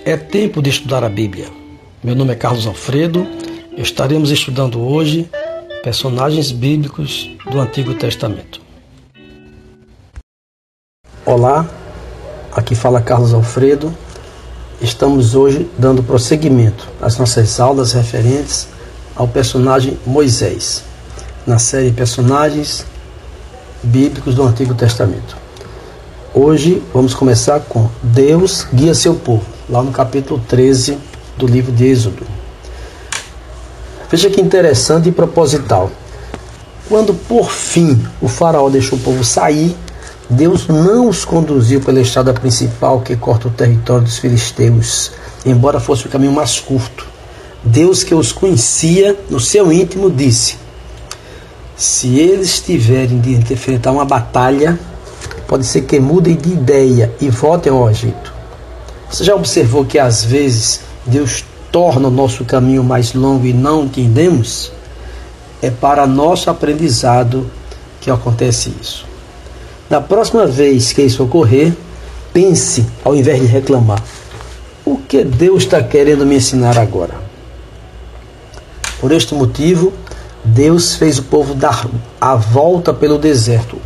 É tempo de estudar a Bíblia. Meu nome é Carlos Alfredo. Estaremos estudando hoje personagens bíblicos do Antigo Testamento. Olá, aqui fala Carlos Alfredo. Estamos hoje dando prosseguimento às nossas aulas referentes ao personagem Moisés, na série Personagens Bíblicos do Antigo Testamento. Hoje vamos começar com Deus guia seu povo, lá no capítulo 13 do livro de Êxodo. Veja que interessante e proposital. Quando por fim o faraó deixou o povo sair, Deus não os conduziu pela estrada principal que corta o território dos filisteus, embora fosse o caminho mais curto. Deus, que os conhecia no seu íntimo, disse: se eles tiverem de enfrentar uma batalha, pode ser que mudem de ideia e voltem ao Egito. Você já observou que às vezes Deus torna o nosso caminho mais longo e não entendemos? É para nosso aprendizado que acontece isso. Da próxima vez que isso ocorrer, pense, ao invés de reclamar: o que Deus está querendo me ensinar agora? Por este motivo, Deus fez o povo dar a volta pelo deserto,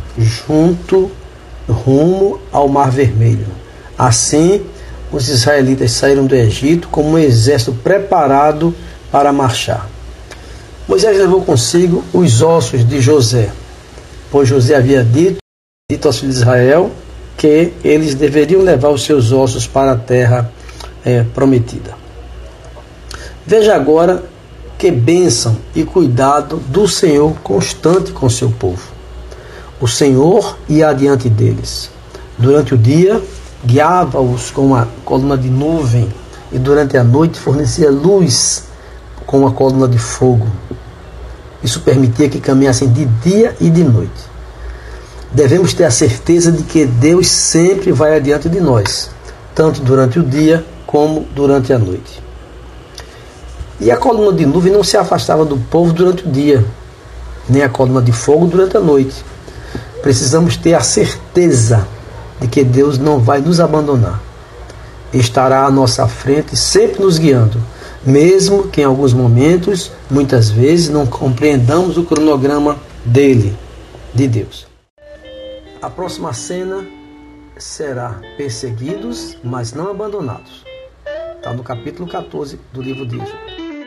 rumo ao Mar Vermelho. Assim, os israelitas saíram do Egito como um exército preparado para marchar. Moisés levou consigo os ossos de José, pois José havia dito aos filhos de Israel que eles deveriam levar os seus ossos para a terra prometida. Veja agora que bênção e cuidado do Senhor constante com seu povo. O Senhor ia adiante deles. Durante o dia, guiava-os com uma coluna de nuvem, e durante a noite fornecia luz com uma coluna de fogo. Isso permitia que caminhassem de dia e de noite. Devemos ter a certeza de que Deus sempre vai adiante de nós, tanto durante o dia como durante a noite. E a coluna de nuvem não se afastava do povo durante o dia, nem a coluna de fogo durante a noite. Precisamos ter a certeza de que Deus não vai nos abandonar. Estará à nossa frente, sempre nos guiando, mesmo que em alguns momentos, muitas vezes, não compreendamos o cronograma dele, de Deus. A próxima cena será perseguidos, mas não abandonados. Está no capítulo 14 do livro de Êxodo.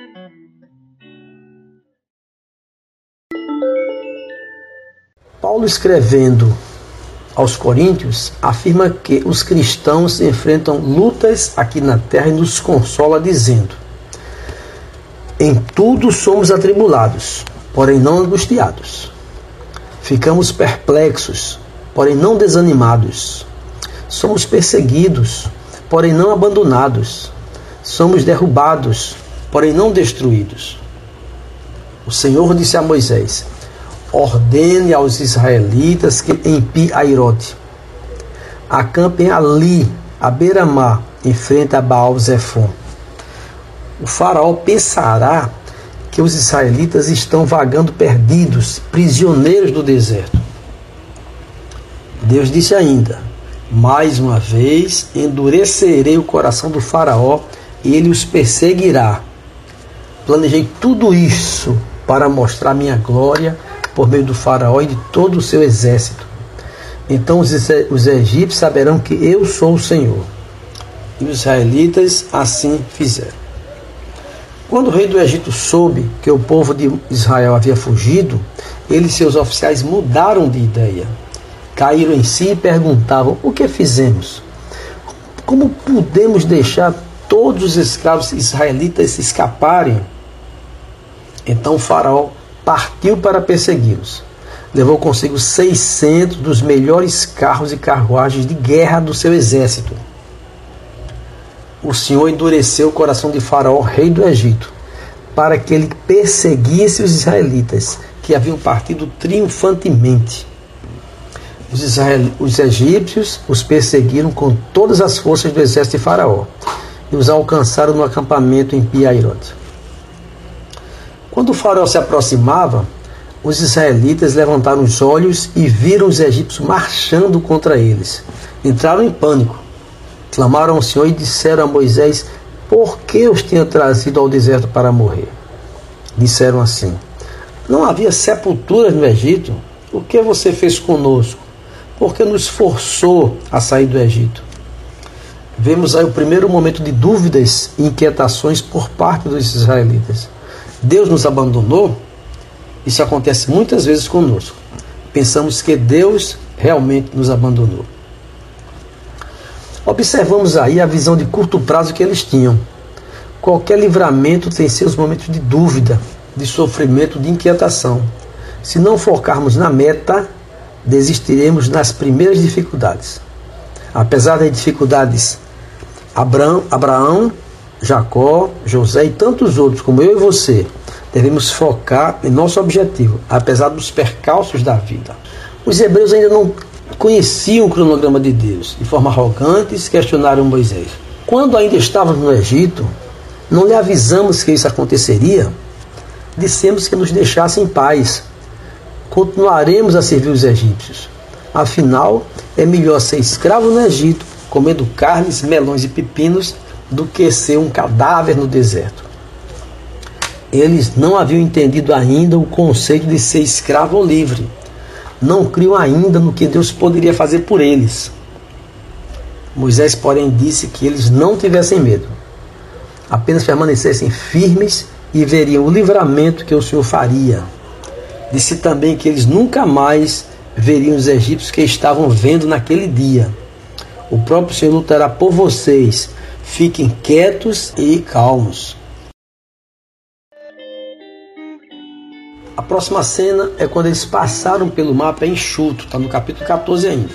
Paulo, escrevendo aos Coríntios, afirma que os cristãos enfrentam lutas aqui na terra e nos consola dizendo: em tudo somos atribulados, porém não angustiados. Ficamos perplexos, porém não desanimados. Somos perseguidos, porém não abandonados. Somos derrubados, porém não destruídos. O Senhor disse a Moisés: ordene aos israelitas que em Pi-Hahirote acampem ali, à beira-mar, em frente a Baal-Zefon. O faraó pensará que os israelitas estão vagando perdidos, prisioneiros do deserto. Deus disse ainda: mais uma vez endurecerei o coração do faraó e ele os perseguirá. Planejei tudo isso para mostrar minha glória por meio do faraó e de todo o seu exército. Então os egípcios saberão que eu sou o Senhor. E os israelitas assim fizeram. Quando o rei do Egito soube que o povo de Israel havia fugido, ele e seus oficiais mudaram de ideia. Caíram em si e perguntavam: o que fizemos? Como podemos deixar todos os escravos israelitas escaparem? Então o faraó partiu para persegui-los. Levou consigo 600 dos melhores carros e carruagens de guerra do seu exército. O Senhor endureceu o coração de Faraó, rei do Egito, para que ele perseguisse os israelitas, que haviam partido triunfantemente. Os egípcios os perseguiram com todas as forças do exército de Faraó e os alcançaram no acampamento em Pi-Hahirote. Quando o faraó se aproximava, os israelitas levantaram os olhos e viram os egípcios marchando contra eles. Entraram em pânico. clamaram ao Senhor e disseram a Moisés: por que os tinha trazido ao deserto para morrer? Disseram assim: não havia sepulturas no Egito? O que você fez conosco? Por que nos forçou a sair do Egito? Vemos aí o primeiro momento de dúvidas e inquietações por parte dos israelitas. Deus nos abandonou? Isso acontece muitas vezes conosco. Pensamos que Deus realmente nos abandonou. Observamos aí a visão de curto prazo que eles tinham. Qualquer livramento tem seus momentos de dúvida, de sofrimento, de inquietação. Se não focarmos na meta, desistiremos nas primeiras dificuldades. Apesar das dificuldades, Abraão, Jacó, José e tantos outros, como eu e você, devemos focar em nosso objetivo, apesar dos percalços da vida. Os hebreus ainda não conheciam o cronograma de Deus. De forma arrogante, questionaram Moisés: quando ainda estávamos no Egito, não lhe avisamos que isso aconteceria? Dissemos que nos deixasse em paz. Continuaremos a servir os egípcios. Afinal, é melhor ser escravo no Egito, comendo carnes, melões e pepinos, do que ser um cadáver no deserto. Eles não haviam entendido ainda o conceito de ser escravo ou livre. Não criam ainda no que Deus poderia fazer por eles. Moisés, porém, disse que eles não tivessem medo, apenas permanecessem firmes e veriam o livramento que o Senhor faria. Disse também que eles nunca mais veriam os egípcios que estavam vendo naquele dia. O próprio Senhor lutará por vocês. Fiquem quietos e calmos. A próxima cena é quando eles passaram pelo mar pé enxuto. Está no capítulo 14 ainda.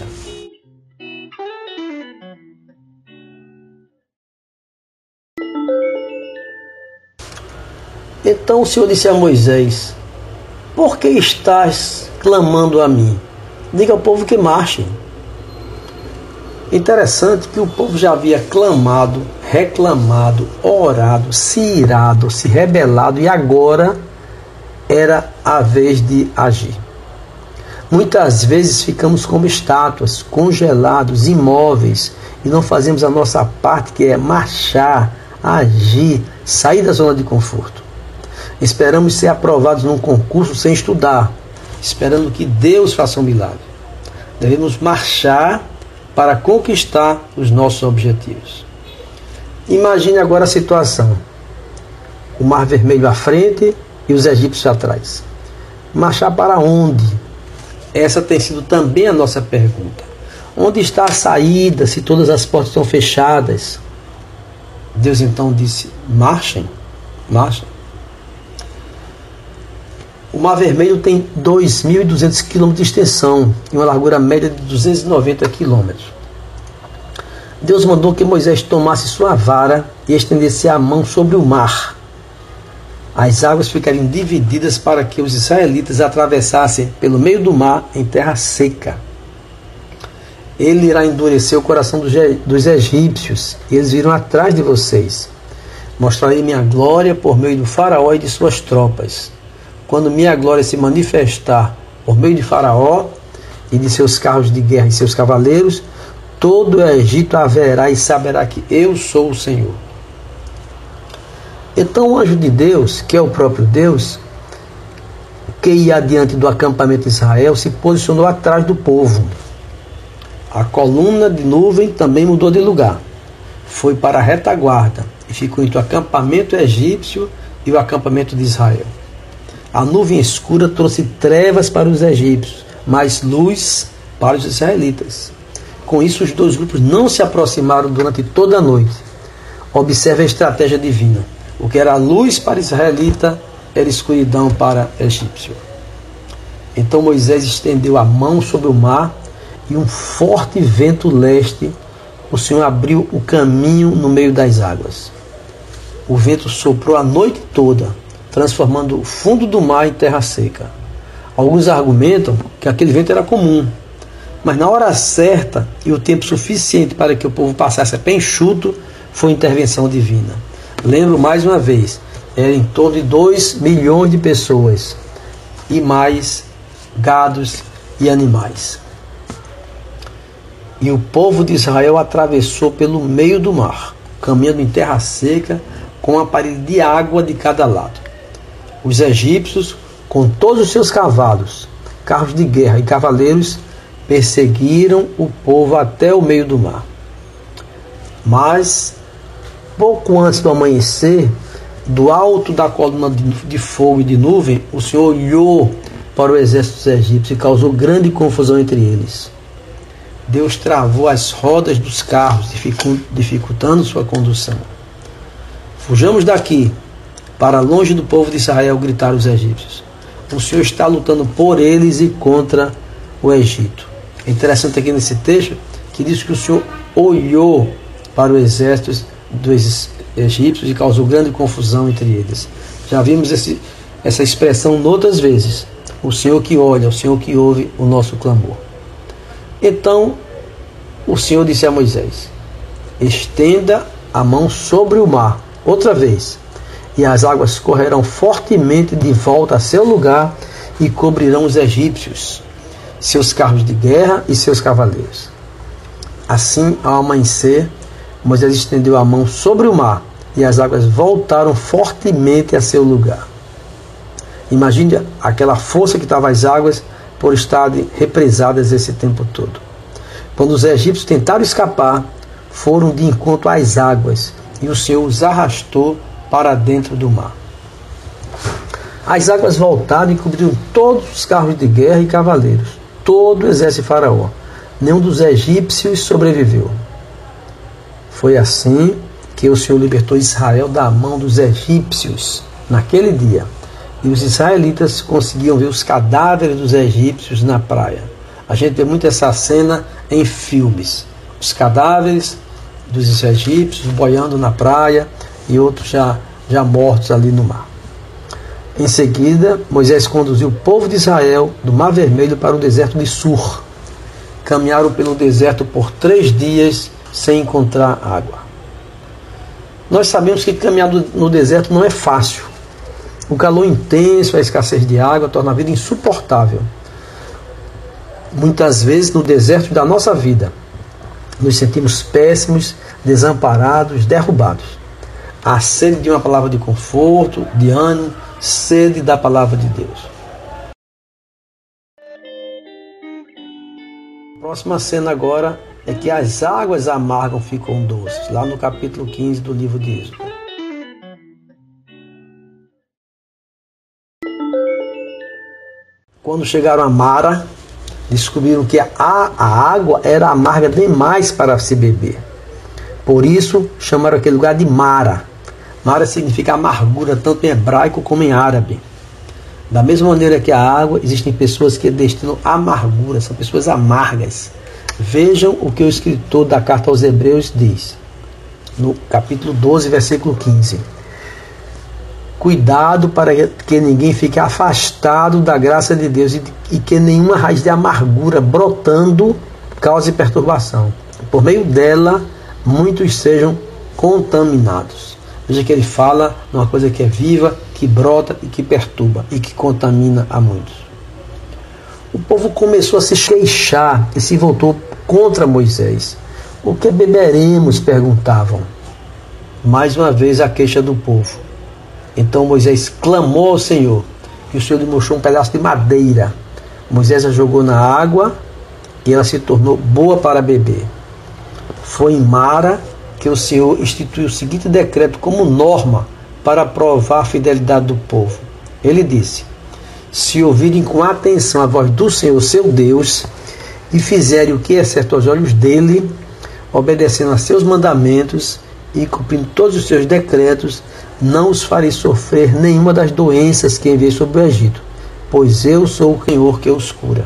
Então o Senhor disse a Moisés: por que estás clamando a mim? Diga ao povo que marche. Interessante que o povo já havia clamado, reclamado, orado, se irado, se rebelado, e agora era a vez de agir. Muitas vezes ficamos como estátuas, congelados, imóveis, e não fazemos a nossa parte, que é marchar, agir, sair da zona de conforto. Esperamos ser aprovados num concurso sem estudar, esperando que Deus faça um milagre. Devemos marchar para conquistar os nossos objetivos. Imagine agora a situação: o Mar Vermelho à frente e os egípcios atrás. Marchar para onde? Essa tem sido também a nossa pergunta. Onde está a saída se todas as portas estão fechadas? Deus então disse: marchem, marchem. O Mar Vermelho tem 2.200 km de extensão e uma largura média de 290 km. Deus mandou que Moisés tomasse sua vara e estendesse a mão sobre o mar. As águas ficariam divididas para que os israelitas atravessassem pelo meio do mar em terra seca. Ele irá endurecer o coração dos egípcios, e eles virão atrás de vocês. Mostrarei minha glória por meio do faraó e de suas tropas. Quando minha glória se manifestar por meio de Faraó e de seus carros de guerra e seus cavaleiros, todo o Egito a verá e saberá que eu sou o Senhor. Então o anjo de Deus, que é o próprio Deus, que ia adiante do acampamento de Israel, se posicionou atrás do povo. A coluna de nuvem também mudou de lugar. Foi para a retaguarda e ficou entre o acampamento egípcio e o acampamento de Israel. A nuvem escura trouxe trevas para os egípcios, mas luz para os israelitas. Com isso, os dois grupos não se aproximaram durante toda a noite. Observe a estratégia divina. O que era luz para israelita era escuridão para egípcio. Então Moisés estendeu a mão sobre o mar e um forte vento leste, o Senhor abriu o caminho no meio das águas. O vento soprou a noite toda, transformando o fundo do mar em terra seca. Alguns argumentam que aquele vento era comum, mas na hora certa e o tempo suficiente para que o povo passasse a pé enxuto, foi intervenção divina. Lembro mais uma vez, era em torno de 2 milhões de pessoas, e mais gados e animais. E o povo de Israel atravessou pelo meio do mar, caminhando em terra seca, com uma parede de água de cada lado. Os egípcios, com todos os seus cavalos, carros de guerra e cavaleiros, perseguiram o povo até o meio do mar. Mas, pouco antes do amanhecer, do alto da coluna de fogo e de nuvem, o Senhor olhou para o exército dos egípcios e causou grande confusão entre eles. Deus travou as rodas dos carros, dificultando sua condução. Fujamos daqui, para longe do povo de Israel, gritaram os egípcios. O Senhor está lutando por eles e contra o Egito. É interessante aqui nesse texto que diz que o Senhor olhou para o exército dos egípcios e causou grande confusão entre eles. Já vimos essa expressão outras vezes. O Senhor que olha, o Senhor que ouve o nosso clamor. Então o Senhor disse a Moisés: estenda a mão sobre o mar, outra vez, e as águas correrão fortemente de volta a seu lugar e cobrirão os egípcios, seus carros de guerra e seus cavaleiros. Assim, ao amanhecer, Moisés estendeu a mão sobre o mar e as águas voltaram fortemente a seu lugar. Imagine aquela força que estava as águas por estarem represadas esse tempo todo. Quando os egípcios tentaram escapar, foram de encontro às águas e o Senhor os arrastou para dentro do mar. As águas voltaram e cobriram todos os carros de guerra e cavaleiros, todo o exército de Faraó. Nenhum dos egípcios sobreviveu. Foi assim que o Senhor libertou Israel da mão dos egípcios naquele dia. E os israelitas conseguiam ver os cadáveres dos egípcios na praia. A gente vê muito essa cena em filmes. Os cadáveres dos egípcios boiando na praia e outros já mortos ali no mar. Em seguida, Moisés conduziu o povo de Israel do Mar Vermelho para o deserto de Sur. Caminharam pelo deserto por 3 dias sem encontrar água. Nós sabemos que caminhar no deserto não é fácil. O calor intenso, a escassez de água torna a vida insuportável. Muitas vezes no deserto da nossa vida, nos sentimos péssimos, desamparados, derrubados. Há sede de uma palavra de conforto, de ânimo, sede da palavra de Deus. A próxima cena agora é que as águas amargas ficam doces, lá no capítulo 15 do livro de Êxodo. Quando chegaram a Mara, descobriram que a água era amarga demais para se beber. Por isso, chamaram aquele lugar de Mara. Mara significa amargura, tanto em hebraico como em árabe. Da mesma maneira que a água, existem pessoas que destinam amargura, são pessoas amargas. Vejam o que o escritor da carta aos Hebreus diz, no capítulo 12, versículo 15. Cuidado para que ninguém fique afastado da graça de Deus e que nenhuma raiz de amargura brotando cause perturbação. Por meio dela, muitos sejam contaminados. Veja que ele fala de uma coisa que é viva, que brota e que perturba e que contamina a muitos. O povo começou a se queixar e se voltou contra Moisés. O que beberemos? Perguntavam. Mais uma vez a queixa do povo. Então Moisés clamou ao Senhor, e o Senhor lhe mostrou um pedaço de madeira. Moisés a jogou na água e ela se tornou boa para beber. Foi em Mara que o Senhor instituiu o seguinte decreto como norma para provar a fidelidade do povo. Ele disse: se ouvirem com atenção a voz do Senhor, seu Deus, e fizerem o que é certo aos olhos dele, obedecendo a seus mandamentos e cumprindo todos os seus decretos, não os farei sofrer nenhuma das doenças que enviei sobre o Egito, pois eu sou o Senhor que os cura.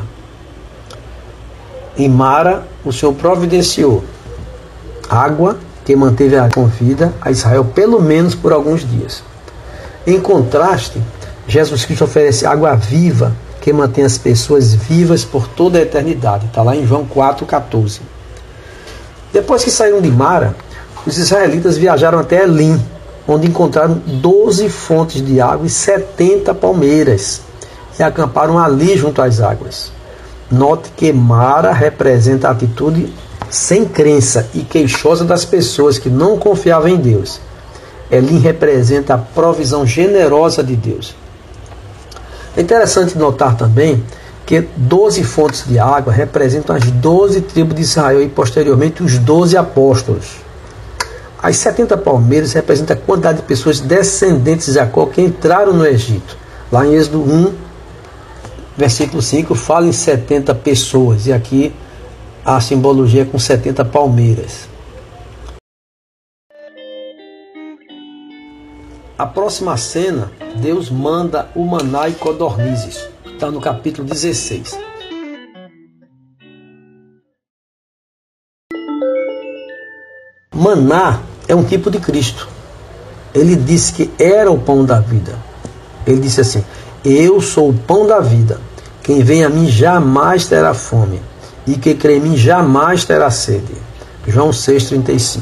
Em Mara, o Senhor providenciou água que manteve com vida a Israel pelo menos por alguns dias. Em contraste, Jesus Cristo oferece água viva que mantém as pessoas vivas por toda a eternidade. Está lá em João 4,14. Depois que saíram de Mara, os israelitas viajaram até Elim, onde encontraram 12 fontes de água e 70 palmeiras, e acamparam ali junto às águas. Note que Mara representa a atitude sem crença e queixosa das pessoas que não confiavam em Deus. Elim representa a provisão generosa de Deus. É interessante notar também que 12 fontes de água representam as 12 tribos de Israel e posteriormente os 12 apóstolos. As 70 palmeiras representam a quantidade de pessoas descendentes de Jacó que entraram no Egito. Lá em Êxodo 1, versículo 5, fala em 70 pessoas. E aqui a simbologia é com 70 palmeiras. A próxima cena, Deus manda o maná e codornizes. Está no capítulo 16. Maná é um tipo de Cristo. Ele disse que era o pão da vida. Ele disse assim: eu sou o pão da vida. Quem vem a mim jamais terá fome, e quem crê em mim jamais terá sede. João 6,35.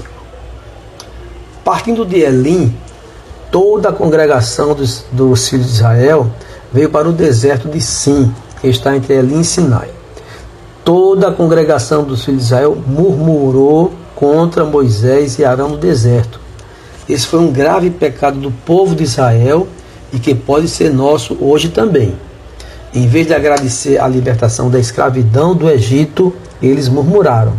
Partindo de Elim, toda a congregação dos filhos de Israel veio para o deserto de Sim, que está entre Elim e Sinai. Toda a congregação dos filhos de Israel murmurou contra Moisés e Arão no deserto. Esse foi um grave pecado do povo de Israel e que pode ser nosso hoje também. Em vez de agradecer a libertação da escravidão do Egito, eles murmuraram.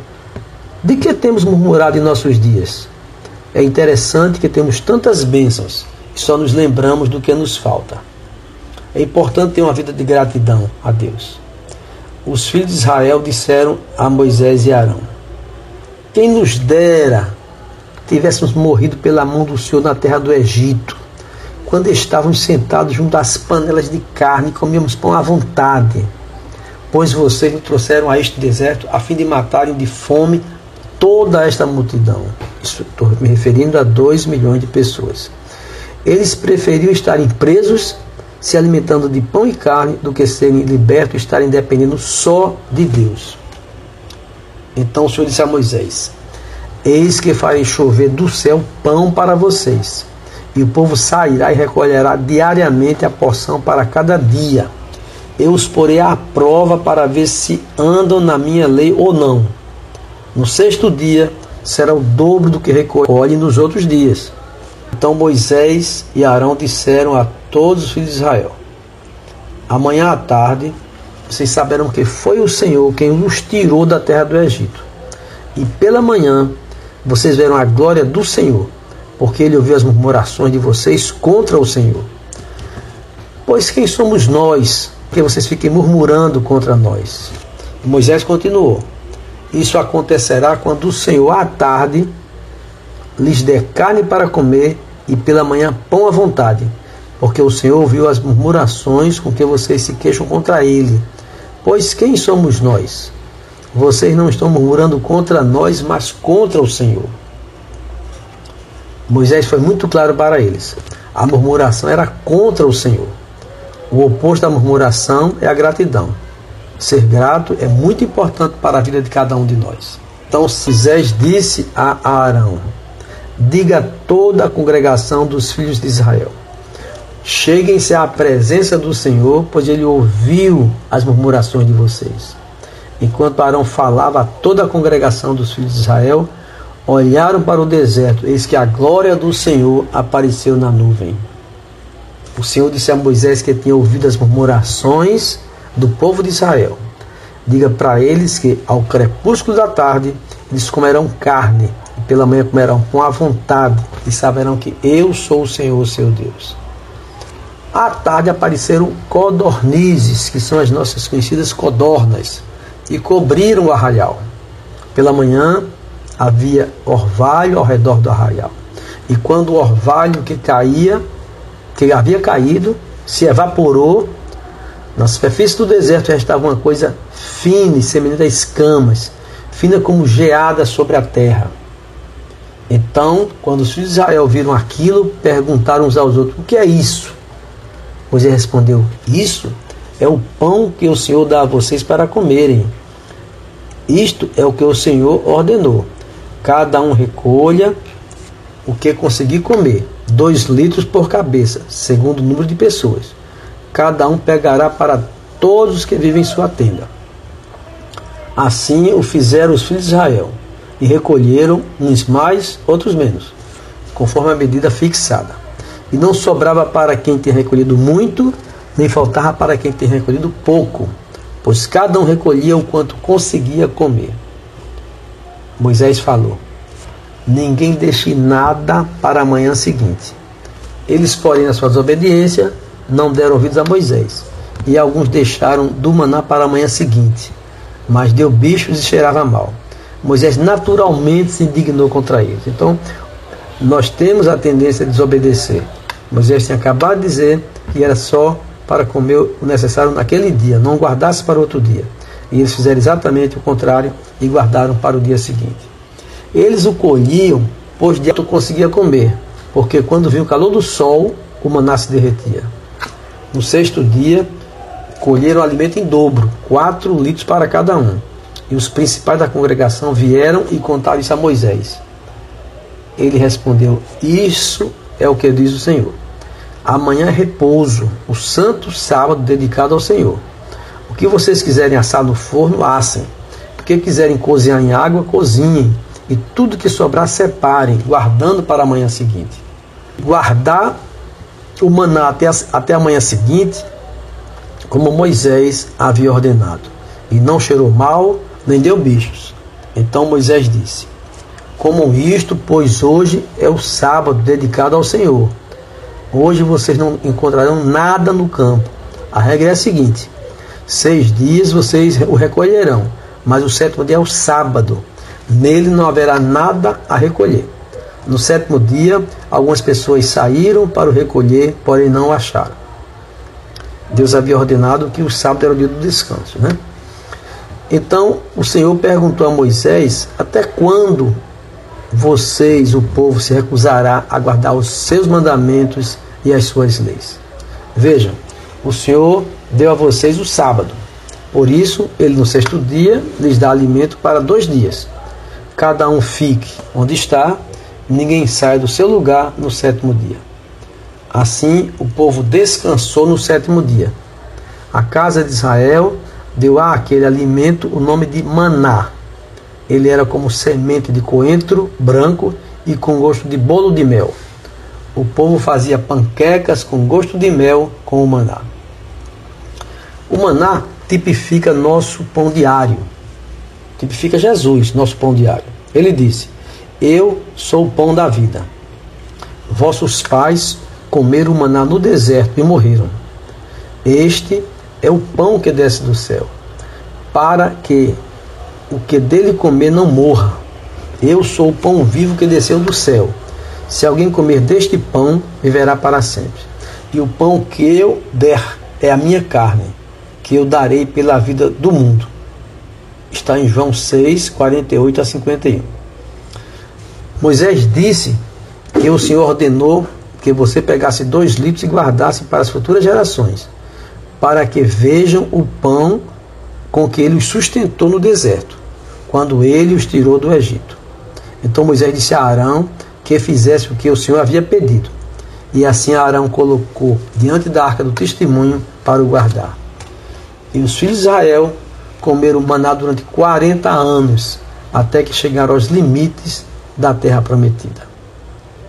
De que temos murmurado em nossos dias? É interessante que temos tantas bênçãos e só nos lembramos do que nos falta. É importante ter uma vida de gratidão a Deus. Os filhos de Israel disseram a Moisés e Arão: quem nos dera tivéssemos morrido pela mão do Senhor na terra do Egito, quando estávamos sentados junto às panelas de carne e comíamos pão à vontade, pois vocês nos trouxeram a este deserto a fim de matarem de fome toda esta multidão. Estou me referindo a 2 milhões de pessoas. Eles preferiam estarem presos, se alimentando de pão e carne, do que serem libertos e estarem dependendo só de Deus. Então o Senhor disse a Moisés: eis que farei chover do céu pão para vocês, e o povo sairá e recolherá diariamente a porção para cada dia. Eu os porei à prova para ver se andam na minha lei ou não. No 6º dia será o dobro do que recolhe nos outros dias. Então Moisés e Arão disseram a todos os filhos de Israel: amanhã à tarde vocês saberão que foi o Senhor quem os tirou da terra do Egito. E pela manhã vocês verão a glória do Senhor, porque Ele ouviu as murmurações de vocês contra o Senhor. Pois quem somos nós que vocês fiquem murmurando contra nós? E Moisés continuou: isso acontecerá quando o Senhor à tarde lhes der carne para comer e pela manhã pão à vontade, porque o Senhor ouviu as murmurações com que vocês se queixam contra Ele. Pois quem somos nós? Vocês não estão murmurando contra nós, mas contra o Senhor. Moisés foi muito claro para eles. A murmuração era contra o Senhor. O oposto da murmuração é a gratidão. Ser grato é muito importante para a vida de cada um de nós. Então Moisés disse a Arão: diga a toda a congregação dos filhos de Israel: cheguem-se à presença do Senhor, pois Ele ouviu as murmurações de vocês. Enquanto Arão falava a toda a congregação dos filhos de Israel, olharam para o deserto, eis que a glória do Senhor apareceu na nuvem. O Senhor disse a Moisés que tinha ouvido as murmurações do povo de Israel. Diga para eles que ao crepúsculo da tarde eles comerão carne, e pela manhã comerão pão à vontade, e saberão que eu sou o Senhor, seu Deus. À tarde apareceram codornizes, que são as nossas conhecidas codornas, e cobriram o arraial. Pela manhã havia orvalho ao redor do arraial. E quando o orvalho que havia caído, se evaporou, na superfície do deserto restava uma coisa fina e semelhante a escamas, fina como geada sobre a terra. Então, quando os filhos de Israel viram aquilo, perguntaram uns aos outros: o que é isso? Moisés respondeu: isso é o pão que o Senhor dá a vocês para comerem. Isto é o que o Senhor ordenou. Cada um recolha o que conseguir comer, 2 litros por cabeça, segundo o número de pessoas. Cada um pegará para todos os que vivem em sua tenda. Assim o fizeram os filhos de Israel, e recolheram uns mais, outros menos, conforme a medida fixada. E não sobrava para quem tinha recolhido muito, nem faltava para quem tinha recolhido pouco, pois cada um recolhia o quanto conseguia comer. Moisés falou: ninguém deixe nada para a manhã seguinte. Eles, porém, na sua desobediência, não deram ouvidos a Moisés, e alguns deixaram do maná para a manhã seguinte, mas deu bichos e cheirava mal. Moisés naturalmente se indignou contra eles. Então, nós temos a tendência a desobedecer. Moisés tinha acabado de dizer que era só para comer o necessário naquele dia, não guardasse para outro dia. E eles fizeram exatamente o contrário e guardaram para o dia seguinte. Eles o colhiam, pois de fato conseguia comer, porque quando vinha o calor do sol, o maná se derretia. No sexto dia, colheram o alimento em dobro, 4 litros para cada um. E os principais da congregação vieram e contaram isso a Moisés. Ele respondeu: isso é o que diz o Senhor. Amanhã é repouso, o santo sábado dedicado ao Senhor. O que vocês quiserem assar no forno, assem. O que quiserem cozinhar em água, cozinhem. E tudo que sobrar, separem, guardando para a manhã seguinte. Guardar o maná até a manhã seguinte, como Moisés havia ordenado. E não cheirou mal, nem deu bichos. Então Moisés disse: comam isto, pois hoje é o sábado dedicado ao Senhor. Hoje vocês não encontrarão nada no campo. A regra é a seguinte: 6 dias vocês o recolherão, mas o 7º dia é o sábado. Nele não haverá nada a recolher. No 7º dia, algumas pessoas saíram para o recolher, porém não o acharam. Deus havia ordenado que o sábado era o dia do descanso, né? Então o Senhor perguntou a Moisés: até quando vocês, o povo, se recusará a guardar os seus mandamentos e as suas leis? Vejam, o Senhor deu a vocês o sábado. Por isso, Ele no 6º dia lhes dá alimento para 2 dias. Cada um fique onde está, ninguém saia do seu lugar no 7º dia. Assim, o povo descansou no 7º dia. A casa de Israel deu àquele alimento o nome de maná. Ele era como semente de coentro branco e com gosto de bolo de mel. O povo fazia panquecas com gosto de mel com o maná. O maná tipifica nosso pão diário. Tipifica Jesus, nosso pão diário. Ele disse: eu sou o pão da vida. Vossos pais comeram o maná no deserto e morreram. Este é o pão que desce do céu, para que o que dele comer não morra. Eu sou o pão vivo que desceu do céu. Se alguém comer deste pão, viverá para sempre. E o pão que eu der é a minha carne, que eu darei pela vida do mundo. Está em João 6, 48 a 51. Moisés disse que o Senhor ordenou que você pegasse 2 litros e guardasse para as futuras gerações, para que vejam o pão com que ele os sustentou no deserto, quando ele os tirou do Egito. Então Moisés disse a Arão que fizesse o que o Senhor havia pedido. E assim Arão colocou diante da arca do testemunho para o guardar. E os filhos de Israel comeram maná durante 40 anos, até que chegaram aos limites da terra prometida.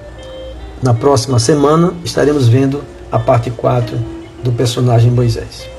Na próxima semana estaremos vendo a parte 4 do personagem Moisés.